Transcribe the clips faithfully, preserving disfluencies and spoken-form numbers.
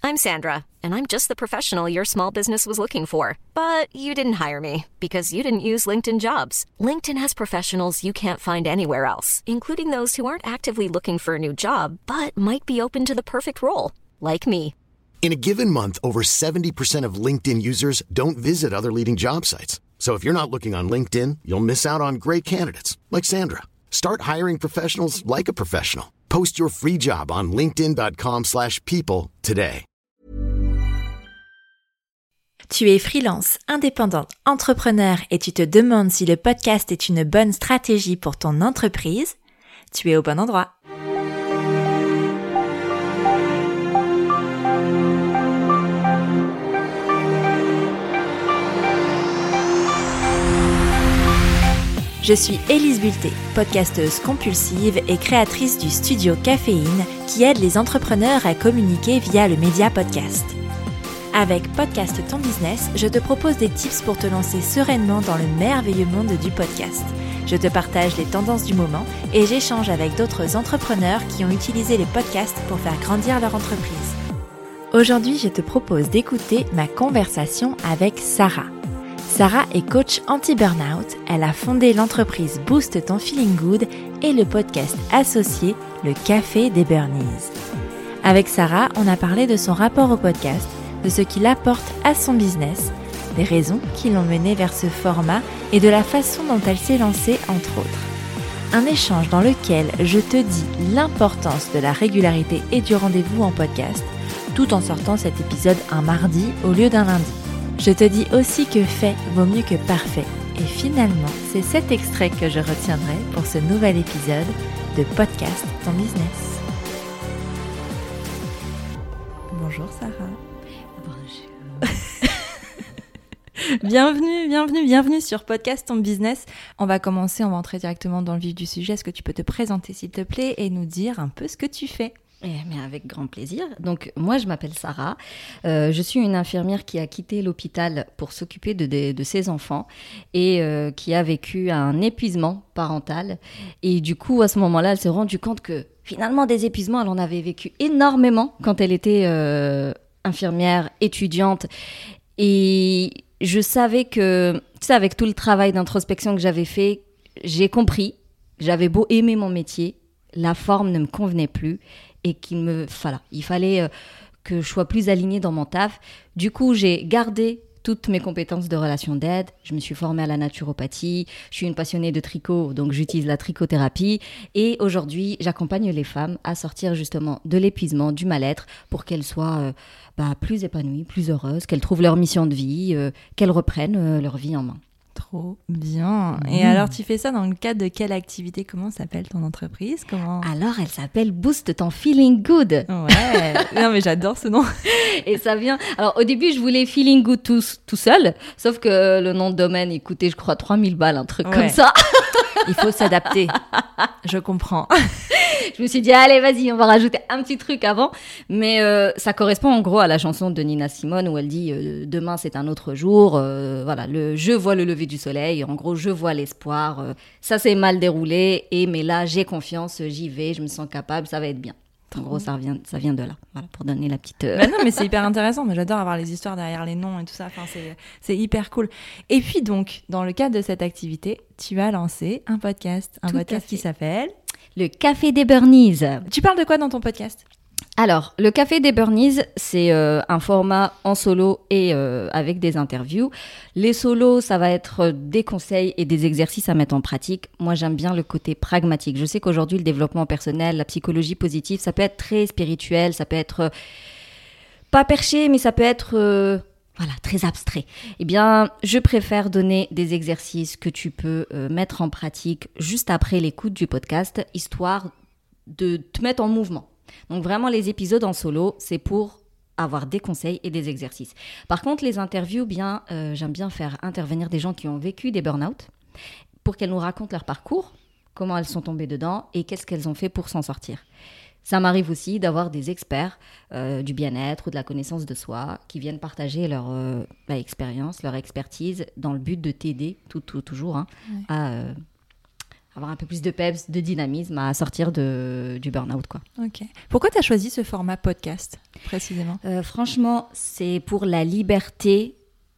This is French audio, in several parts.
I'm Sandra, and I'm just the professional your small business was looking for. But you didn't hire me because you didn't use LinkedIn Jobs. LinkedIn has professionals you can't find anywhere else, including those who aren't actively looking for a new job, but might be open to the perfect role, like me. In a given month, over seventy percent of LinkedIn users don't visit other leading job sites. So if you're not looking on LinkedIn, you'll miss out on great candidates like Sandra. Start hiring professionals like a professional. Post your free job on linkedin dot com slash people today. Tu es freelance, indépendante, entrepreneur et tu te demandes si le podcast est une bonne stratégie pour ton entreprise? Tu es au bon endroit. Je suis Élise Bulté, podcasteuse compulsive et créatrice du studio Caféine qui aide les entrepreneurs à communiquer via le média podcast. Avec Podcast Ton Business, je te propose des tips pour te lancer sereinement dans le merveilleux monde du podcast. Je te partage les tendances du moment et j'échange avec d'autres entrepreneurs qui ont utilisé les podcasts pour faire grandir leur entreprise. Aujourd'hui, je te propose d'écouter ma conversation avec Sarah. Sarah est coach anti-burnout, elle a fondé l'entreprise Boost Ton Feeling Good et le podcast associé Le Café des Burnies. Avec Sarah, on a parlé de son rapport au podcast, de ce qu'il apporte à son business, des raisons qui l'ont menée vers ce format et de la façon dont elle s'est lancée entre autres. Un échange dans lequel je te dis l'importance de la régularité et du rendez-vous en podcast, tout en sortant cet épisode un mardi au lieu d'un lundi. Je te dis aussi que fait vaut mieux que parfait. Et finalement, c'est cet extrait que je retiendrai pour ce nouvel épisode de Podcast Ton Business. Bonjour Sarah. Bonjour. Bienvenue, bienvenue, bienvenue sur Podcast Ton Business. On va commencer, on va entrer directement dans le vif du sujet. Est-ce que tu peux te présenter s'il te plaît et nous dire un peu ce que tu fais ? Eh, mais avec grand plaisir. Donc, moi, je m'appelle Sarah. Euh, je suis une infirmière qui a quitté l'hôpital pour s'occuper de, de, de ses enfants et euh, qui a vécu un épuisement parental. Et du coup, à ce moment-là, elle s'est rendue compte que finalement, des épuisements, elle en avait vécu énormément quand elle était euh, infirmière, étudiante. Et je savais que, tu sais, avec tout le travail d'introspection que j'avais fait, j'ai compris, j'avais beau aimer mon métier, la forme ne me convenait plus. Et qu'il me, voilà, il fallait euh, que je sois plus alignée dans mon taf. Du coup, j'ai gardé toutes mes compétences de relation d'aide. Je me suis formée à la naturopathie. Je suis une passionnée de tricot, donc j'utilise la trichothérapie. Et aujourd'hui, j'accompagne les femmes à sortir justement de l'épuisement, du mal-être, pour qu'elles soient euh, bah, plus épanouies, plus heureuses, qu'elles trouvent leur mission de vie, euh, qu'elles reprennent euh, leur vie en main. Trop bien. Et mmh. alors, tu fais ça dans le cadre de quelle activité? Comment s'appelle ton entreprise? Comment... Alors, elle s'appelle Boost Ton Feeling Good. Ouais. Non, mais j'adore ce nom. Et ça vient... Alors, au début, je voulais Feeling Good tout, tout seul, sauf que le nom de domaine, il coûtait, je crois, trois mille balles, un truc ouais. comme ça. Il faut s'adapter. Je comprends. Je me suis dit, allez, vas-y, on va rajouter un petit truc avant. Mais euh, ça correspond en gros à la chanson de Nina Simone où elle dit euh, « Demain, c'est un autre jour. Euh, » Voilà, le, je vois le lever du soleil. En gros, je vois l'espoir. Euh, ça s'est mal déroulé. Et, mais là, j'ai confiance, j'y vais, je me sens capable, ça va être bien. En gros, ça, revient, ça vient de là, voilà, pour donner la petite... Euh... Bah non, mais c'est hyper intéressant. Moi, j'adore avoir les histoires derrière les noms et tout ça. Enfin, c'est, c'est hyper cool. Et puis donc, dans le cadre de cette activité, tu as lancé un podcast. Un tout podcast qui s'appelle... Le Café des Burnies. Tu parles de quoi dans ton podcast ? Alors, le Café des Burnies, c'est euh, un format en solo et euh, avec des interviews. Les solos, ça va être des conseils et des exercices à mettre en pratique. Moi, j'aime bien le côté pragmatique. Je sais qu'aujourd'hui, le développement personnel, la psychologie positive, ça peut être très spirituel, ça peut être euh, pas perché, mais ça peut être... Euh, Voilà, très abstrait. Eh bien, je préfère donner des exercices que tu peux euh, mettre en pratique juste après l'écoute du podcast, histoire de te mettre en mouvement. Donc vraiment, les épisodes en solo, c'est pour avoir des conseils et des exercices. Par contre, les interviews, bien, euh, j'aime bien faire intervenir des gens qui ont vécu des burn-out pour qu'elles nous racontent leur parcours, comment elles sont tombées dedans et qu'est-ce qu'elles ont fait pour s'en sortir. Ça m'arrive aussi d'avoir des experts euh, du bien-être ou de la connaissance de soi qui viennent partager leur euh, bah, expérience, leur expertise dans le but de t'aider, tout, tout, toujours, hein, ouais. à, euh, avoir un peu plus de peps, de dynamisme à sortir de, du burn-out, quoi. Ok. Pourquoi tu as choisi ce format podcast, précisément ? euh, Franchement, c'est pour la liberté,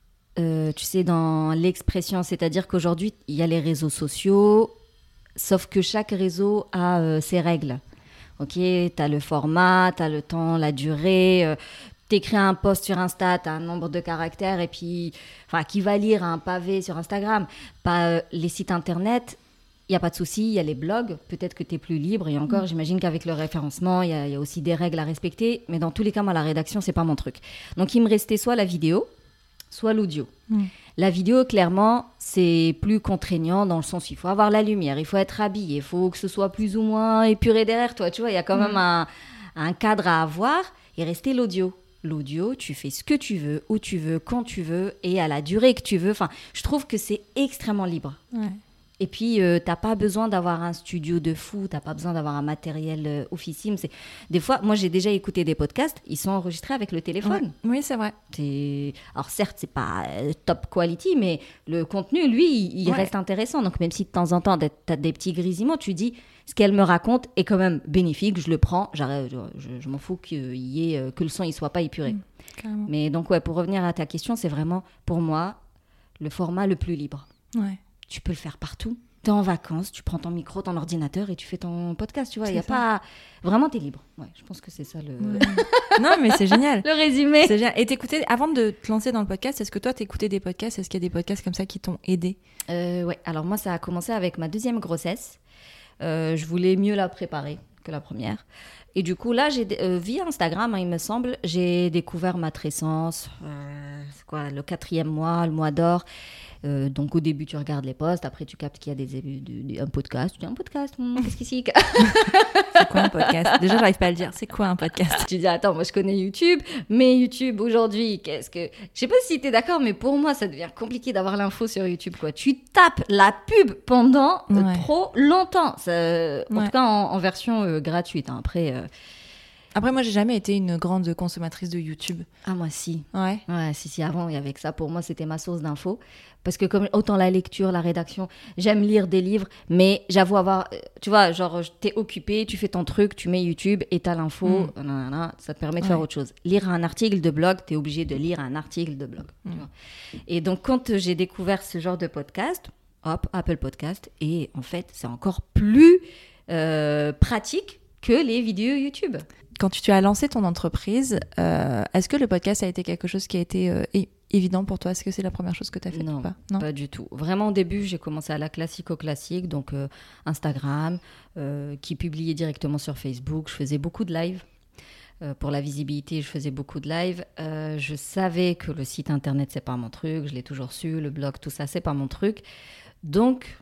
euh, tu sais, dans l'expression. C'est-à-dire qu'aujourd'hui, il y a les réseaux sociaux, sauf que chaque réseau a euh, ses règles. Ok, tu as le format, tu as le temps, la durée. Euh, tu écris un post sur Insta, tu as un nombre de caractères, et puis, enfin, qui va lire un pavé sur Instagram ? Pas euh, les sites internet. Il n'y a pas de souci, il y a les blogs, peut-être que tu es plus libre, et encore, mmh. j'imagine qu'avec le référencement, il y, y a aussi des règles à respecter, mais dans tous les cas, moi, la rédaction, c'est pas mon truc. Donc, il me restait soit la vidéo, soit l'audio. Mmh. La vidéo, clairement, c'est plus contraignant dans le sens, il faut avoir la lumière, il faut être habillé, il faut que ce soit plus ou moins épuré derrière toi, tu vois, il y a quand mmh. même un, un cadre à avoir, et rester l'audio. L'audio, tu fais ce que tu veux, où tu veux, quand tu veux, et à la durée que tu veux. Enfin, je trouve que c'est extrêmement libre. Ouais. Et puis, euh, t'as pas besoin d'avoir un studio de fou, t'as pas besoin d'avoir un matériel euh, oufissime. C'est... Des fois, moi, j'ai déjà écouté des podcasts, ils sont enregistrés avec le téléphone. Ouais. Oui, c'est vrai. C'est... Alors, certes, c'est pas euh, top quality, mais le contenu, lui, il, il ouais. reste intéressant. Donc, même si de temps en temps, t'as des petits grésillements, tu dis, ce qu'elle me raconte est quand même bénéfique, je le prends, j'arrête, je, je m'en fous qu'il y ait, que le son ne soit pas épuré. Mmh, mais donc, ouais, pour revenir à ta question, c'est vraiment, pour moi, le format le plus libre. Ouais. Tu peux le faire partout. Tu es en vacances, tu prends ton micro, ton ordinateur et tu fais ton podcast, tu vois. Il y a ça. Pas... Vraiment, tu es libre. Ouais, je pense que c'est ça le... Ouais. Non, mais c'est génial. Le résumé. C'est génial. Et t'écoutais, avant de te lancer dans le podcast, est-ce que toi, t'écoutais des podcasts ? Est-ce qu'il y a des podcasts comme ça qui t'ont aidé ? euh, Ouais, alors moi, ça a commencé avec ma deuxième grossesse. Euh, je voulais mieux la préparer que la première. Et du coup, là, j'ai, euh, via Instagram, hein, il me semble, j'ai découvert matrescence, euh, c'est quoi, le quatrième mois, le mois d'or. Euh, donc au début tu regardes les posts, après tu captes qu'il y a des, des, des, un podcast, tu dis un podcast, hmm, qu'est-ce que c'est ? C'est quoi un podcast ? Déjà j'arrive pas à le dire, c'est quoi un podcast ? Tu dis attends, moi je connais YouTube, mais YouTube aujourd'hui, qu'est-ce que... Je sais pas si t'es d'accord, mais pour moi ça devient compliqué d'avoir l'info sur YouTube, quoi. Tu tapes la pub pendant ouais. euh, trop longtemps, ça, en ouais. tout cas en, en version euh, gratuite, hein. Après... Euh... Après, moi, j'ai jamais été une grande consommatrice de YouTube. Ah, moi, si. Ouais. Ouais, si, si, avant, il y avait que ça. Pour moi, c'était ma source d'infos. Parce que comme autant la lecture, la rédaction, j'aime lire des livres, mais j'avoue avoir... Tu vois, genre, t'es occupé, tu fais ton truc, tu mets YouTube et t'as l'info, mm. nanana, ça te permet de ouais. faire autre chose. Lire un article de blog, t'es obligé de lire un article de blog. Mm. Tu vois. Et donc, quand j'ai découvert ce genre de podcast, hop, Apple Podcast, et en fait, c'est encore plus euh, pratique que les vidéos YouTube. Quand tu as lancé ton entreprise, euh, est-ce que le podcast a été quelque chose qui a été euh, é- évident pour toi ? Est-ce que c'est la première chose que tu as faite non, ou pas ? Non, pas du tout. Vraiment, au début, j'ai commencé à la classique au classique, donc euh, Instagram, euh, qui publiait directement sur Facebook. Je faisais beaucoup de live. Euh, pour la visibilité, je faisais beaucoup de live. Euh, je savais que le site internet, c'est pas mon truc. Je l'ai toujours su. Le blog, tout ça, c'est pas mon truc. Donc,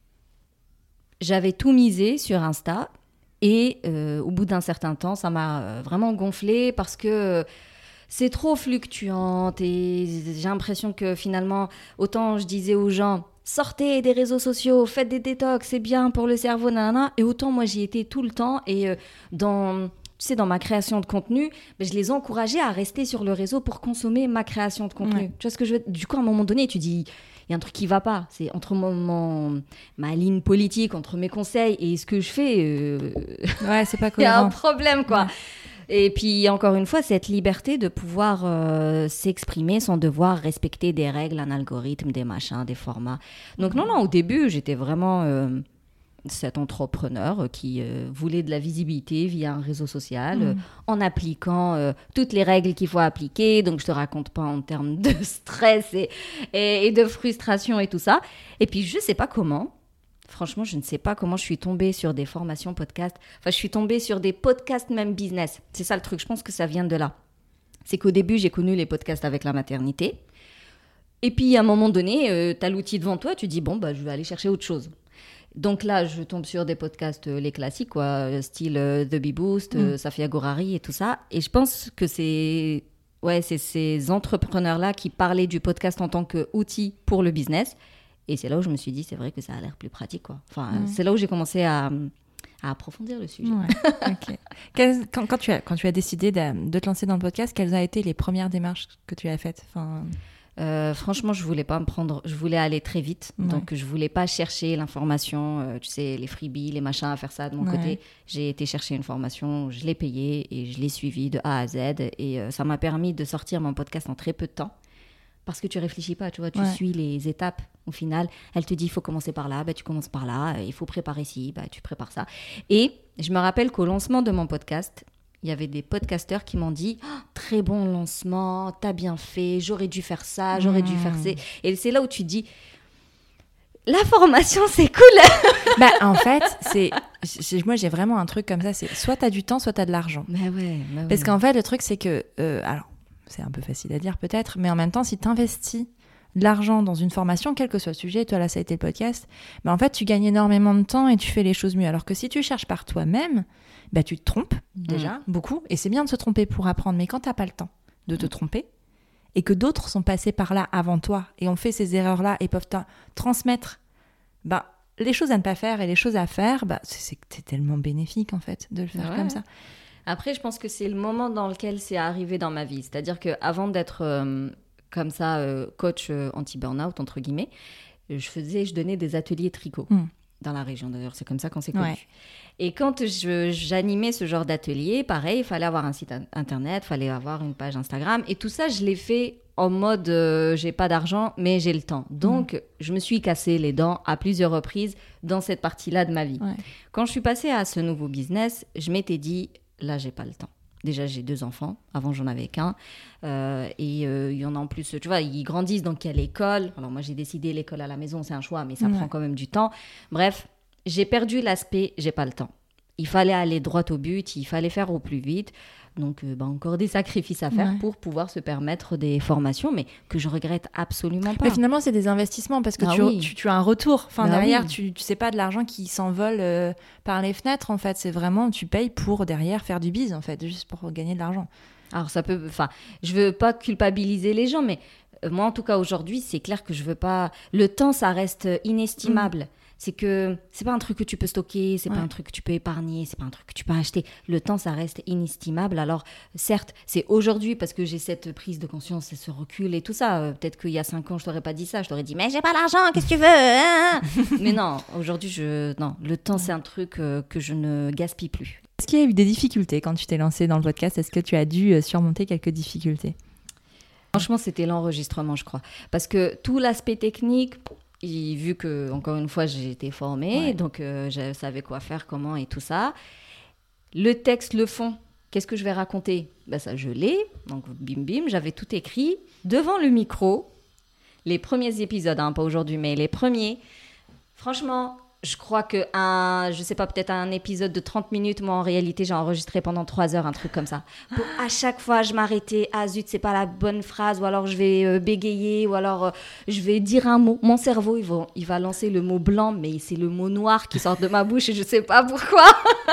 j'avais tout misé sur Insta. Et euh, au bout d'un certain temps, ça m'a euh, vraiment gonflé parce que euh, c'est trop fluctuant et j'ai l'impression que finalement, autant je disais aux gens, sortez des réseaux sociaux, faites des détox, c'est bien pour le cerveau, nanana, et autant moi j'y étais tout le temps et euh, dans... Tu sais, dans ma création de contenu, ben, je les encourageais à rester sur le réseau pour consommer ma création de contenu. Ouais. Tu vois ce que je veux dire ? Du coup, à un moment donné, tu dis, il y a un truc qui ne va pas. C'est entre mon, mon, ma ligne politique, entre mes conseils et ce que je fais. Euh... Ouais, c'est pas cohérent. Il y a un problème, quoi. Ouais. Et puis, encore une fois, cette liberté de pouvoir euh, s'exprimer sans devoir respecter des règles, un algorithme, des machins, des formats. Donc, non, non, au début, j'étais vraiment... Euh, cet entrepreneur qui euh, voulait de la visibilité via un réseau social, mmh. euh, en appliquant euh, toutes les règles qu'il faut appliquer. Donc, je ne te raconte pas en termes de stress et, et, et de frustration et tout ça. Et puis, je ne sais pas comment. Franchement, je ne sais pas comment je suis tombée sur des formations podcast. Enfin, je suis tombée sur des podcasts même business. C'est ça le truc. Je pense que ça vient de là. C'est qu'au début, j'ai connu les podcasts avec la maternité. Et puis, à un moment donné, euh, tu as l'outil devant toi. Tu dis, bon, bah, je vais aller chercher autre chose. Donc là, je tombe sur des podcasts, euh, les classiques, quoi, style euh, The Bee Boost, euh, mm. Safia Gorari et tout ça. Et je pense que c'est, ouais, c'est ces entrepreneurs-là qui parlaient du podcast en tant qu'outil pour le business. Et c'est là où je me suis dit, c'est vrai que ça a l'air plus pratique, quoi. Enfin, mm. c'est là où j'ai commencé à, à approfondir le sujet. Ouais, okay. Quelles, quand, quand, tu as, quand tu as décidé de, de te lancer dans le podcast, quelles ont été les premières démarches que tu as faites ? Enfin... Euh, franchement, je voulais pas me prendre, je voulais aller très vite, Ouais. donc je voulais pas chercher l'information, euh, tu sais, les freebies, les machins à faire ça de mon Ouais. côté. J'ai été chercher une formation, je l'ai payée et je l'ai suivie de A à Z et euh, ça m'a permis de sortir mon podcast en très peu de temps. Parce que tu réfléchis pas, tu vois, tu Ouais. suis les étapes. Au final, elle te dit, il faut commencer par là, bah, tu commences par là, il faut préparer ci, bah, tu prépares ça. Et je me rappelle qu'au lancement de mon podcast, il y avait des podcasteurs qui m'ont dit, oh, très bon lancement, t'as bien fait, j'aurais dû faire ça, j'aurais dû faire ça. Et c'est là où tu te dis, la formation, c'est cool. Bah, en fait, c'est, j'ai- moi, j'ai vraiment un truc comme ça. C'est soit t'as du temps, soit t'as de l'argent. Mais ouais, mais ouais. Parce qu'en fait, le truc, c'est que... euh, alors, c'est un peu facile à dire peut-être, mais en même temps, si t'investis de l'argent dans une formation, quel que soit le sujet, toi là, ça a été le podcast, bah, en fait, tu gagnes énormément de temps et tu fais les choses mieux. Alors que si tu cherches par toi-même, bah, tu te trompes déjà beaucoup. Et c'est bien de se tromper pour apprendre. Mais quand t'as pas le temps de te tromper et que d'autres sont passés par là avant toi et ont fait ces erreurs-là et peuvent te transmettre bah, les choses à ne pas faire et les choses à faire, bah, c'est, c'est, c'est tellement bénéfique en fait de le faire Ouais. comme ça. Après, je pense que c'est le moment dans lequel c'est arrivé dans ma vie. C'est-à-dire qu'avant d'être euh, comme ça, euh, coach euh, anti-burnout, entre guillemets, je faisais, je donnais des ateliers tricot Mm. dans la région. D'ailleurs, c'est comme ça qu'on s'est connus. Ouais. Et quand je, j'animais ce genre d'atelier, pareil, il fallait avoir un site in- internet, il fallait avoir une page Instagram. Et tout ça, je l'ai fait en mode, euh, j'ai pas d'argent, mais j'ai le temps. Donc, mm. je me suis cassé les dents à plusieurs reprises dans cette partie-là de ma vie. Ouais. Quand je suis passée à ce nouveau business, je m'étais dit, là, j'ai pas le temps. Déjà, j'ai deux enfants. Avant, j'en avais qu'un. Euh, et euh, il y en a en plus, tu vois, ils grandissent, donc il y a l'école. Alors, moi, j'ai décidé l'école à la maison, c'est un choix, mais ça Ouais. prend quand même du temps. Bref, j'ai perdu l'aspect, j'ai pas le temps. Il fallait aller droit au but, il fallait faire au plus vite. Donc, euh, bah, encore des sacrifices à faire Ouais. pour pouvoir se permettre des formations, mais que je regrette absolument pas. Mais finalement, c'est des investissements parce que Ah tu, oui. tu, tu as un retour. Enfin, Bah derrière, oui. tu, tu sais pas de l'argent qui s'envole euh, par les fenêtres. En fait, c'est vraiment, tu payes pour derrière faire du bise, en fait, juste pour gagner de l'argent. Alors ça peut, enfin, je veux pas culpabiliser les gens, mais euh, moi en tout cas aujourd'hui, c'est clair que je veux pas. Le temps, ça reste inestimable. C'est que c'est pas un truc que tu peux stocker, c'est Ouais. pas un truc que tu peux épargner, c'est pas un truc que tu peux acheter. Le temps, ça reste inestimable. Alors certes, c'est aujourd'hui parce que j'ai cette prise de conscience et ce recul et tout ça. Euh, peut-être qu'il y a cinq ans, je t'aurais pas dit ça. Je t'aurais dit mais j'ai pas l'argent, qu'est-ce que tu veux hein Mais non, aujourd'hui, je non, le temps, c'est un truc euh, que je ne gaspille plus. Est-ce qu'il y a eu des difficultés quand tu t'es lancée dans le podcast? Est-ce que tu as dû euh, surmonter quelques difficultés? Franchement, c'était l'enregistrement, je crois. Parce que tout l'aspect technique, il- vu que, encore une fois, j'ai été formée, Ouais. donc euh, je savais quoi faire, comment et tout ça. Le texte, le fond, qu'est-ce que je vais raconter? Ben, ça, je l'ai. Donc, bim, bim, j'avais tout écrit devant le micro. Les premiers épisodes, hein, pas aujourd'hui, mais les premiers. Franchement, je crois que un, je sais pas, peut-être un épisode de trente minutes, moi en réalité j'ai enregistré pendant trois heures, un truc comme ça. Pour, à chaque fois je m'arrêtais, ah zut, c'est pas la bonne phrase, ou alors je vais euh, bégayer, ou alors euh, je vais dire un mot. Mon cerveau il va, il va lancer le mot blanc, mais c'est le mot noir qui sort de ma bouche et je sais pas pourquoi.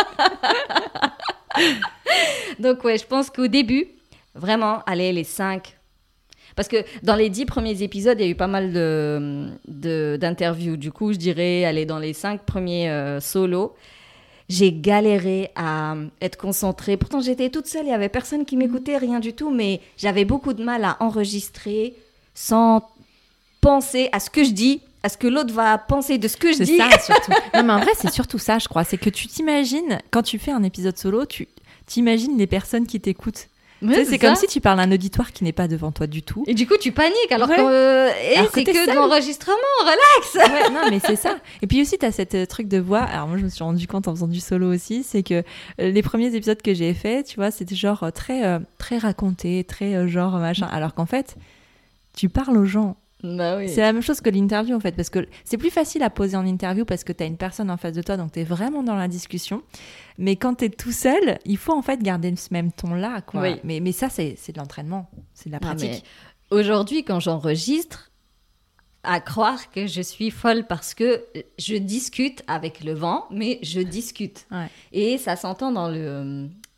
Donc ouais, je pense qu'au début, vraiment, allez, les cinq... Parce que dans les dix premiers épisodes, il y a eu pas mal de, de, d'interviews. Du coup, je dirais, allez, dans les cinq premiers euh, solos, j'ai galéré à être concentrée. Pourtant, j'étais toute seule, il n'y avait personne qui m'écoutait, rien du tout. Mais j'avais beaucoup de mal à enregistrer sans penser à ce que je dis, à ce que l'autre va penser de ce que je C'est dis. ça, surtout. Non, mais en vrai, c'est surtout ça, je crois. C'est que tu t'imagines, quand tu fais un épisode solo, tu t'imagines les personnes qui t'écoutent. Ouais, Tu sais, c'est c'est comme ça. si tu parles à un auditoire qui n'est pas devant toi du tout. Et du coup, tu paniques alors Ouais. que euh, eh, Alors que c'est t'es que de seule. l'enregistrement, relax. Ouais, non, mais c'est ça. Et puis aussi, tu as cette euh, truc de voix. Alors, moi, je me suis rendu compte en faisant du solo aussi, c'est que euh, les premiers épisodes que j'ai faits, tu vois, c'était genre euh, très, euh, très raconté, très euh, genre machin. Alors qu'en fait, tu parles aux gens. Bah oui. C'est la même chose que l'interview, en fait, parce que c'est plus facile à poser en interview parce que tu as une personne en face de toi, donc tu es vraiment dans la discussion. Mais quand tu es tout seul, il faut en fait garder ce même ton-là, quoi. Oui. Mais, mais ça, c'est, c'est de l'entraînement, c'est de la Ah, pratique. mais aujourd'hui, quand j'enregistre, à croire que je suis folle parce que je discute avec le vent, mais je discute. Ouais. Et ça s'entend dans le,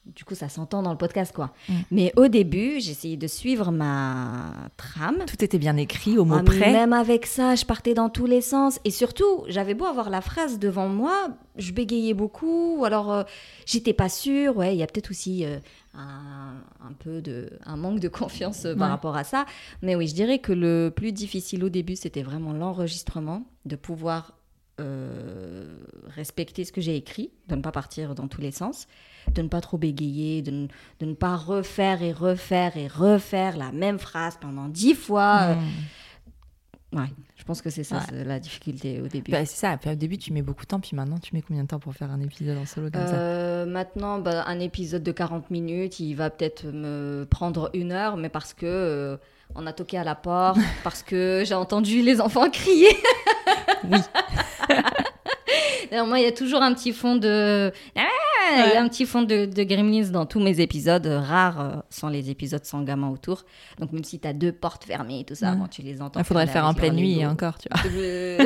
du coup, ça s'entend dans le podcast, quoi. Mm. Mais au début, j'essayais de suivre ma trame. Tout était bien écrit, au mot Ah, près. Même avec ça, je partais dans tous les sens. Et surtout, j'avais beau avoir la phrase devant moi, je bégayais beaucoup. Ou alors, euh, j'étais pas sûre. Ouais, il y a peut-être aussi euh, un, un peu de, un manque de confiance euh, par Ouais. rapport à ça. Mais oui, je dirais que le plus difficile au début, c'était vraiment l'enregistrement, de pouvoir euh, respecter ce que j'ai écrit, de ne pas partir dans tous les sens, de ne pas trop bégayer, de ne, de ne pas refaire et refaire et refaire la même phrase pendant dix fois. Mm. Ouais, je pense que c'est ça, Ouais. c'est la difficulté au début. Bah, c'est ça. Puis, au début, tu mets beaucoup de temps. Puis maintenant, tu mets combien de temps pour faire un épisode en solo comme ça? Euh, maintenant, bah, un épisode de quarante minutes, il va peut-être me prendre une heure, mais parce que euh, on a toqué à la porte, parce que j'ai entendu les enfants crier. Oui. Alors, moi, il y a toujours un petit fond de... Ah, il y a un petit fond de, de Gremlins dans tous mes épisodes. euh, Rares euh, sont les épisodes sans gamin autour. Donc, même si tu as deux portes fermées et tout ça, Ouais. bon, tu les entends. Il faudrait le faire en pleine nuit et encore, tu vois. Je-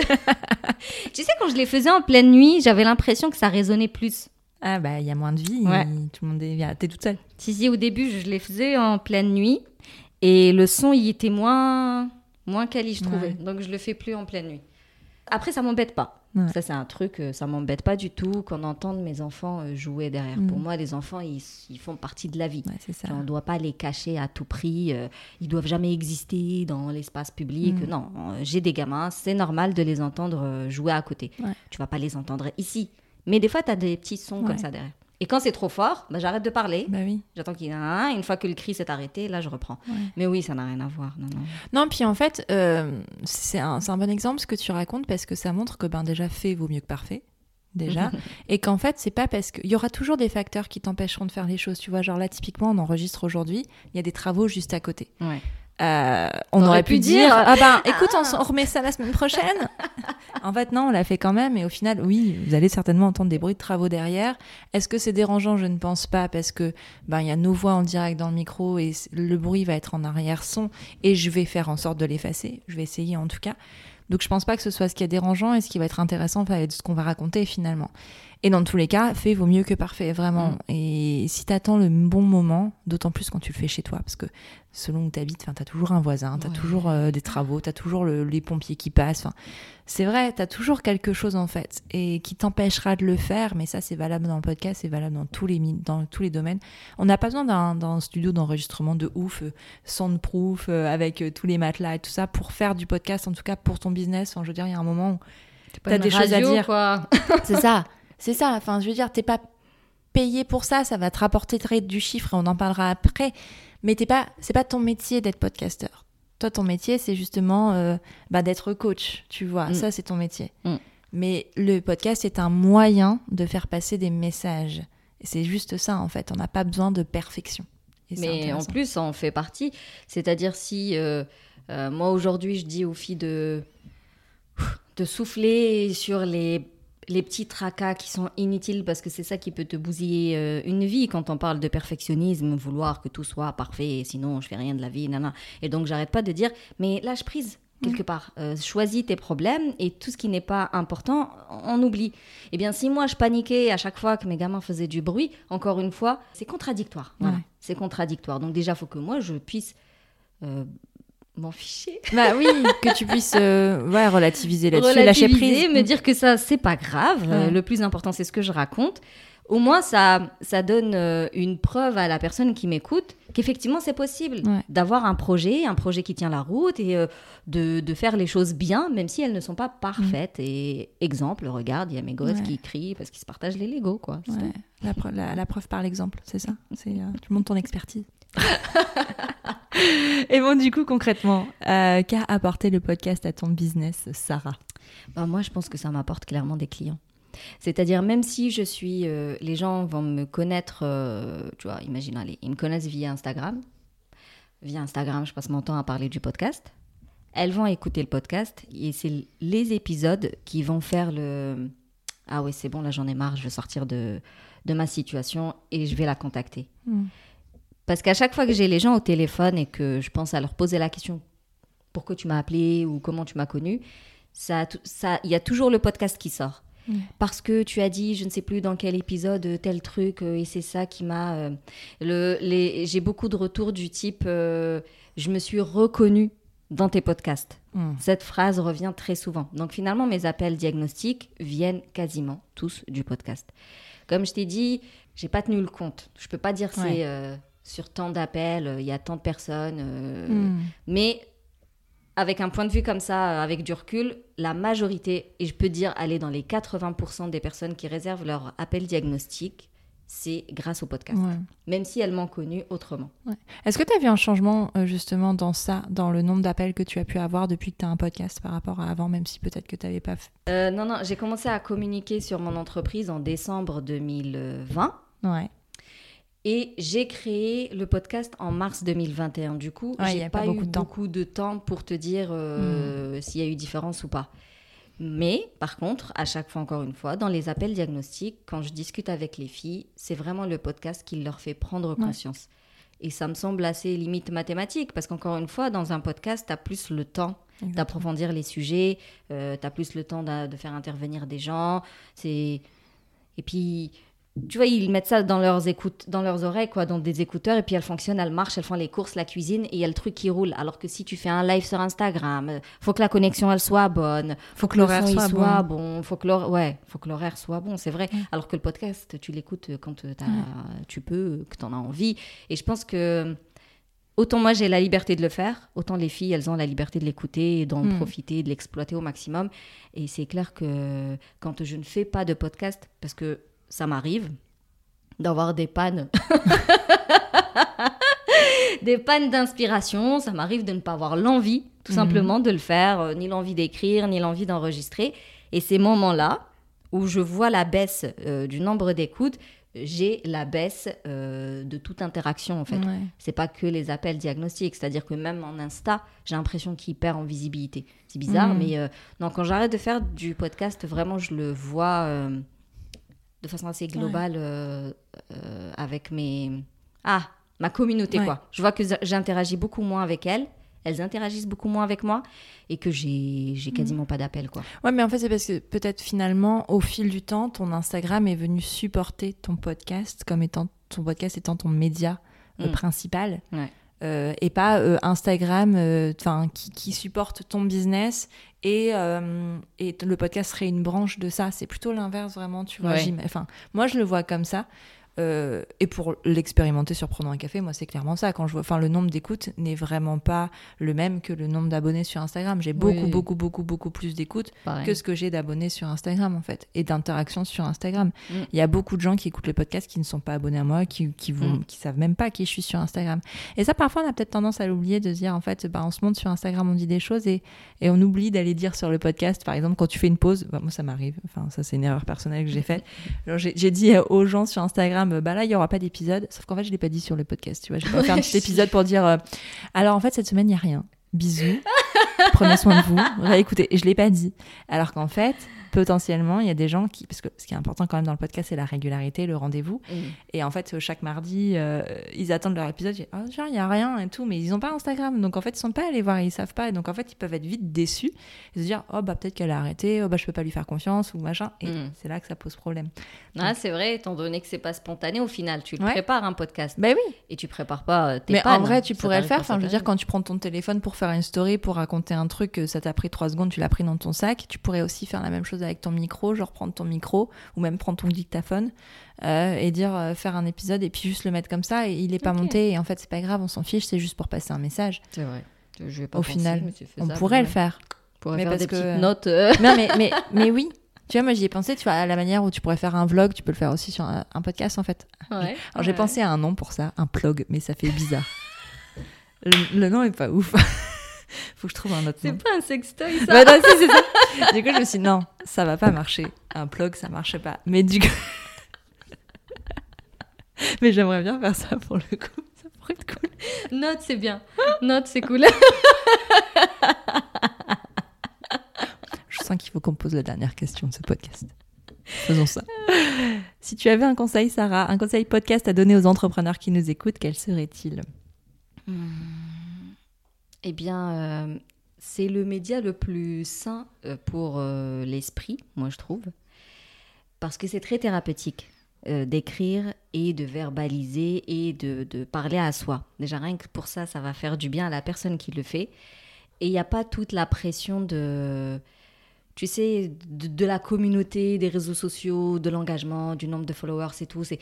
tu sais, quand je les faisais en pleine nuit, j'avais l'impression que ça résonnait plus. Ah bah, il y a moins de vie. Ouais. et Tout le monde est... T'es toute seule. Si, si, au début, je les faisais en pleine nuit et le son, il était moins, moins quali, je trouvais. Ouais. Donc, je le fais plus en pleine nuit. Après, ça m'embête pas. Ouais. Ça, c'est un truc, euh, ça m'embête pas du tout qu'on entende mes enfants euh, jouer derrière. Mm. Pour moi, les enfants, ils, ils font partie de la vie. Ouais, c'est ça. On ne doit pas les cacher à tout prix. euh, ils doivent jamais exister dans l'espace public. Mm. Non, euh, j'ai des gamins, c'est normal de les entendre euh, jouer à côté. Ouais. Tu vas pas les entendre ici. Mais des fois, tu as des petits sons Ouais. comme ça derrière. Et quand c'est trop fort, bah, j'arrête de parler. Bah oui. J'attends qu'il y en ait un. Une fois que le cri s'est arrêté, là, je reprends. Ouais. Mais oui, ça n'a rien à voir. Non, non. Non, puis en fait, euh, c'est un, c'est un bon exemple ce que tu racontes parce que ça montre que ben, déjà fait vaut mieux que parfait. Déjà, et qu'en fait, c'est pas parce qu'il y aura toujours des facteurs qui t'empêcheront de faire les choses. Tu vois, genre là, typiquement, on enregistre aujourd'hui, il y a des travaux juste à côté. Ouais. Euh, on T'aurais aurait pu pu dire, dire, ah ben, écoute, on, s- on remet ça la semaine prochaine. En fait, non, on l'a fait quand même. Et au final, oui, vous allez certainement entendre des bruits de travaux derrière. Est-ce que c'est dérangeant? Je ne pense pas parce que ben il y a nos voix en direct dans le micro et c- le bruit va être en arrière-son et je vais faire en sorte de l'effacer. Je vais essayer en tout cas. Donc je pense pas que ce soit ce qui est dérangeant et ce qui va être intéressant, ça va être ce qu'on va raconter finalement. Et dans tous les cas, fait vaut mieux que parfait, vraiment. Mm. Et si t'attends le bon moment, d'autant plus quand tu le fais chez toi, parce que selon où t'habites, enfin, t'as toujours un voisin, t'as Ouais. toujours euh, des travaux, t'as toujours le- les pompiers qui passent. Enfin, c'est vrai, t'as toujours quelque chose en fait, et qui t'empêchera de le faire. Mais ça, c'est valable dans le podcast, c'est valable dans tous les mi- dans tous les domaines. On n'a pas besoin d'un, d'un studio d'enregistrement de ouf, euh, soundproof, euh, avec euh, tous les matelas et tout ça pour faire du podcast. En tout cas, pour ton business. Enfin, je veux dire, il y a un moment où t'as une des choses à radio, dire. quoi. C'est ça, c'est ça. Enfin, je veux dire, t'es pas payé pour ça, ça va te rapporter très- du chiffre et on en parlera après. Mais t'es pas, c'est pas ton métier d'être podcasteur. Toi, ton métier, c'est justement euh, bah, d'être coach, tu vois. Mm. Ça, c'est ton métier. Mm. Mais le podcast est un moyen de faire passer des messages. Et c'est juste ça, en fait. On n'a pas besoin de perfection. Et c'est Mais en intéressant. plus, ça en fait partie. C'est-à-dire si euh, euh, moi aujourd'hui, je dis aux filles de, de souffler sur les, les petits tracas qui sont inutiles parce que c'est ça qui peut te bousiller euh, une vie quand on parle de perfectionnisme, vouloir que tout soit parfait, sinon je fais rien de la vie, nana. Et donc j'arrête pas de dire, mais lâche prise. Quelque part, euh, choisis tes problèmes et tout ce qui n'est pas important, on oublie. Eh bien, si moi je paniquais à chaque fois que mes gamins faisaient du bruit, encore une fois, c'est contradictoire. Voilà. Ouais. C'est contradictoire. Donc déjà, il faut que moi je puisse euh, m'en ficher, Bah oui, que tu puisses euh, ouais, relativiser là-dessus, lâcher relativiser, prise. me dire que ça c'est pas grave. Euh, Ouais. le plus important c'est ce que je raconte. Au moins ça, ça donne euh, une preuve à la personne qui m'écoute qu'effectivement c'est possible Ouais. d'avoir un projet, un projet qui tient la route et euh, de, de faire les choses bien, même si elles ne sont pas parfaites. Et exemple, regarde, il y a mes gosses Ouais. qui crient parce qu'ils se partagent les Legos, quoi. C'est Ouais, tout. la, preu- la- la preuve par l'exemple, c'est ça. C'est, euh, tu montres ton expertise. Et bon, du coup, concrètement, euh, qu'a apporté le podcast à ton business, Sarah? Ben, moi, je pense que ça m'apporte clairement des clients. C'est-à-dire, même si je suis... euh, les gens vont me connaître, euh, tu vois, imagine, allez, ils me connaissent via Instagram. Via Instagram, je passe mon temps à parler du podcast. Elles vont écouter le podcast et c'est les épisodes qui vont faire le... Ah ouais, c'est bon, là, j'en ai marre, je vais sortir de, de ma situation et je vais la contacter. Mm. Parce qu'à chaque fois que j'ai les gens au téléphone et que je pense à leur poser la question « Pourquoi tu m'as appelé ?» ou « Comment tu m'as connu ?» ça, ça, il y a toujours le podcast qui sort. Mmh. Parce que tu as dit, je ne sais plus dans quel épisode, tel truc, euh, et c'est ça qui m'a... Euh, le, les, j'ai beaucoup de retours du type, euh, je me suis reconnue dans tes podcasts. Mmh. Cette phrase revient très souvent. Donc finalement, mes appels diagnostiques viennent quasiment tous du podcast. Comme je t'ai dit, j'ai pas tenu le compte. Je peux pas dire ouais. c'est euh, sur tant d'appels, il euh, y a tant de personnes. Euh, mmh. Mais... avec un point de vue comme ça, avec du recul, la majorité, et je peux dire aller dans les quatre-vingts pour cent des personnes qui réservent leur appel diagnostic, c'est grâce au podcast. Ouais. Même si elles m'ont connu autrement. Ouais. Est-ce que tu as vu un changement euh, justement dans ça, dans le nombre d'appels que tu as pu avoir depuis que tu as un podcast par rapport à avant, même si peut-être que tu n'avais pas fait euh, Non, non, j'ai commencé à communiquer sur mon entreprise en décembre deux mille vingt. Ouais. Et j'ai créé le podcast en mars deux mille vingt et un. Du coup, ouais, j'ai pas, pas beaucoup eu de beaucoup de temps pour te dire euh, mmh. s'il y a eu différence ou pas. Mais par contre, à chaque fois, encore une fois, dans les appels diagnostiques, quand je discute avec les filles, c'est vraiment le podcast qui leur fait prendre conscience. Ouais. Et ça me semble assez limite mathématique, parce qu'encore une fois, dans un podcast, tu as plus le temps Exactement. d'approfondir les sujets, euh, tu as plus le temps de, de faire intervenir des gens. C'est... Et puis... tu vois, ils mettent ça dans leurs, écoutes, dans leurs oreilles, quoi, dans des écouteurs, et puis elles fonctionnent, elles marchent, elles font les courses, la cuisine, et il y a le truc qui roule. Alors que si tu fais un live sur Instagram, faut que la connexion, elle soit bonne, faut que l'horaire soit, soit bon, bon faut, que l'horaire, ouais, faut que l'horaire soit bon, c'est vrai. Mmh. Alors que le podcast, tu l'écoutes quand t'as, mmh. tu peux, que tu en as envie. Et je pense que autant moi, j'ai la liberté de le faire, autant les filles, elles ont la liberté de l'écouter, d'en mmh. profiter, de l'exploiter au maximum. Et c'est clair que quand je ne fais pas de podcast, parce que ça m'arrive d'avoir des pannes, des pannes d'inspiration. Ça m'arrive de ne pas avoir l'envie, tout mmh. simplement, de le faire, euh, ni l'envie d'écrire, ni l'envie d'enregistrer. Et ces moments-là, où je vois la baisse euh, du nombre d'écoutes, j'ai la baisse euh, de toute interaction, en fait. Ouais. C'est pas que les appels diagnostiques, c'est-à-dire que même en Insta, j'ai l'impression qu'il perd en visibilité. C'est bizarre, mmh. mais euh, non, quand j'arrête de faire du podcast, vraiment, je le vois... Euh, de façon assez globale ouais. euh, euh, avec mes... Ah, ma communauté, ouais. quoi. Je vois que j'interagis beaucoup moins avec elles, elles interagissent beaucoup moins avec moi, et que j'ai, j'ai quasiment mmh. pas d'appel, quoi. Ouais, mais en fait, c'est parce que peut-être finalement, au fil du temps, ton Instagram est venu supporter ton podcast, comme étant ton podcast étant ton média mmh. euh, principal. Ouais. Euh, et pas euh, Instagram euh, qui, qui supporte ton business et, euh, et le podcast serait une branche de ça. C'est plutôt l'inverse, vraiment, tu vois. Ouais. Enfin, moi, je le vois comme ça. Euh, et pour l'expérimenter sur Prenons un café, moi c'est clairement ça. Quand je vois, enfin le nombre d'écoutes n'est vraiment pas le même que le nombre d'abonnés sur Instagram. J'ai beaucoup oui. beaucoup beaucoup beaucoup plus d'écoutes Pareil. que ce que j'ai d'abonnés sur Instagram en fait et d'interactions sur Instagram. Mm. Il y a beaucoup de gens qui écoutent le podcast qui ne sont pas abonnés à moi, qui qui vont, mm. qui savent même pas qui je suis sur Instagram. Et ça parfois on a peut-être tendance à l'oublier, de se dire en fait bah on se montre sur Instagram, on dit des choses et et on oublie d'aller dire sur le podcast. Par exemple quand tu fais une pause, bah, moi ça m'arrive. Enfin ça c'est une erreur personnelle que j'ai faite. Alors, j'ai, j'ai dit aux gens sur Instagram bah là il y aura pas d'épisode, sauf qu'en fait je l'ai pas dit sur le podcast, tu vois, j'ai pas fait un petit épisode pour dire euh, alors en fait cette semaine il y a rien, bisous, prenez soin de vous, réécoutez, et je l'ai pas dit, alors qu'en fait potentiellement il y a des gens qui, parce que ce qui est important quand même dans le podcast c'est la régularité, le rendez-vous, mmh. et en fait chaque mardi euh, ils attendent leur épisode, oh, genre il y a rien et tout, mais ils ont pas Instagram, donc en fait ils sont pas allés voir, ils savent pas, et donc en fait ils peuvent être vite déçus et se dire oh bah peut-être qu'elle a arrêté, oh bah je peux pas lui faire confiance ou machin, et mmh. c'est là que ça pose problème. Ah donc, c'est vrai, étant donné que c'est pas spontané au final, tu le ouais. prépares un podcast, bah oui, et tu prépares pas tes mais pannes, en vrai tu pourrais le faire, enfin je veux dire quand tu prends ton téléphone pour faire une story, pour raconter un truc, ça t'a pris trois secondes, tu l'as pris dans ton sac, tu pourrais aussi faire la même chose avec ton micro, genre prendre ton micro ou même prendre ton dictaphone euh, et dire euh, faire un épisode et puis juste le mettre comme ça et il est pas okay. monté et en fait c'est pas grave, on s'en fiche, c'est juste pour passer un message. C'est vrai. Je vais pas Au penser, final, on pourrait ouais. le faire. On pourrait mais faire parce des que... petites notes. Euh... Non mais mais mais oui. Tu vois, moi j'y ai pensé, tu vois, à la manière où tu pourrais faire un vlog, tu peux le faire aussi sur un, un podcast en fait. Ouais, Alors ouais. j'ai pensé à un nom pour ça, un plug, mais ça fait bizarre. le, le nom est pas ouf. Faut que je trouve un autre c'est nom. C'est pas un sextoy ça. Bah non, si, c'est ça. Du coup je me suis dit non, ça va pas marcher. Un plug ça marche pas. Mais du coup... mais j'aimerais bien faire ça pour le coup. Ça pourrait être cool. Note c'est bien. Note c'est cool. Je sens qu'il faut qu'on pose la dernière question de ce podcast. Faisons ça. Si tu avais un conseil, Sarah, un conseil podcast à donner aux entrepreneurs qui nous écoutent, quel serait-il ? hmm. Eh bien, euh, c'est le média le plus sain pour euh, l'esprit, moi je trouve. parce que c'est très thérapeutique euh, d'écrire et de verbaliser et de, de parler à soi. Déjà, rien que pour ça, ça va faire du bien à la personne qui le fait. Et il n'y a pas toute la pression de, tu sais, de, de la communauté, des réseaux sociaux, de l'engagement, du nombre de followers et tout. C'est...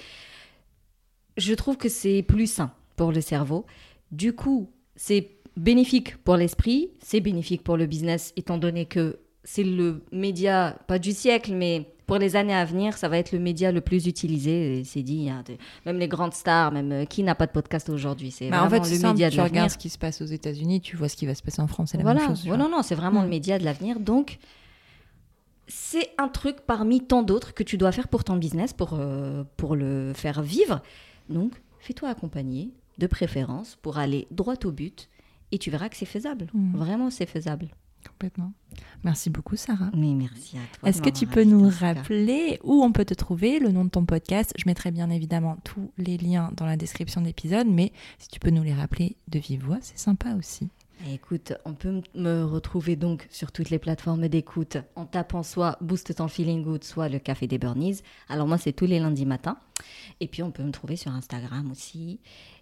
Je trouve que c'est plus sain pour le cerveau. Du coup, c'est bénéfique pour l'esprit, c'est bénéfique pour le business, étant donné que c'est le média, pas du siècle, mais pour les années à venir, ça va être le média le plus utilisé. Et c'est dit, il y a des, même les grandes stars, même euh, qui n'a pas de podcast aujourd'hui, c'est bah vraiment en fait, le simple, média de tu l'avenir. regardes ce qui se passe aux États-Unis, tu vois ce qui va se passer en France, c'est la voilà. même chose. Voilà, non, non, c'est vraiment mmh. le média de l'avenir. Donc, c'est un truc parmi tant d'autres que tu dois faire pour ton business, pour, euh, pour le faire vivre. Donc, fais-toi accompagner, de préférence, pour aller droit au but. Et tu verras que c'est faisable. Mmh. Vraiment, c'est faisable. Complètement. Merci beaucoup, Sarah. Mais merci à toi. Est-ce que tu peux nous rappeler où on peut te trouver, le nom de ton podcast? Je mettrai bien évidemment tous les liens dans la description de l'épisode, mais si tu peux nous les rappeler de vive voix, c'est sympa aussi. Écoute, on peut me retrouver donc sur toutes les plateformes d'écoute en tapant soit Boost ton feeling good, soit le Café des Burnies. Alors moi, c'est tous les lundis matins. Et puis, on peut me trouver sur Instagram aussi.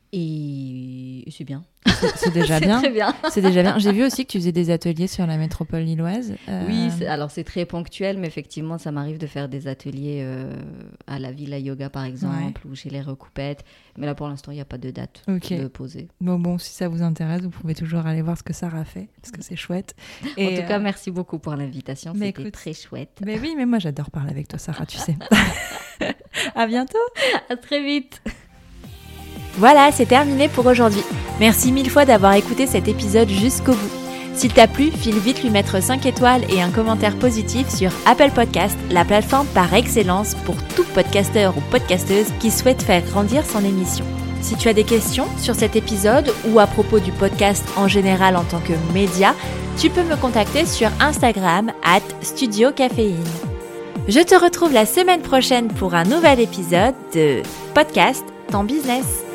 Et c'est bien. C'est, c'est déjà c'est bien. Très bien. C'est déjà bien. J'ai vu aussi que tu faisais des ateliers sur la métropole lilloise. Euh... Oui, c'est, alors c'est très ponctuel, mais effectivement, ça m'arrive de faire des ateliers euh, à la Villa Yoga, par exemple, ouais. ou chez les Recoupettes. Mais là, pour l'instant, il n'y a pas de date okay. de poser. Bon, bon, si ça vous intéresse, vous pouvez toujours aller voir ce que Sarah fait, parce que c'est chouette. Et en tout euh... cas, merci beaucoup pour l'invitation. Mais C'était écoute... très chouette. Mais oui, mais moi, j'adore parler avec toi, Sarah, tu sais. À bientôt. À très vite. Voilà, c'est terminé pour aujourd'hui. Merci mille fois d'avoir écouté cet épisode jusqu'au bout. S'il t'a plu, file vite lui mettre cinq étoiles et un commentaire positif sur Apple Podcast, la plateforme par excellence pour tout podcasteur ou podcasteuse qui souhaite faire grandir son émission. Si tu as des questions sur cet épisode ou à propos du podcast en général en tant que média, tu peux me contacter sur Instagram at Studio Caféine. Je te retrouve la semaine prochaine pour un nouvel épisode de Podcast Ton Business.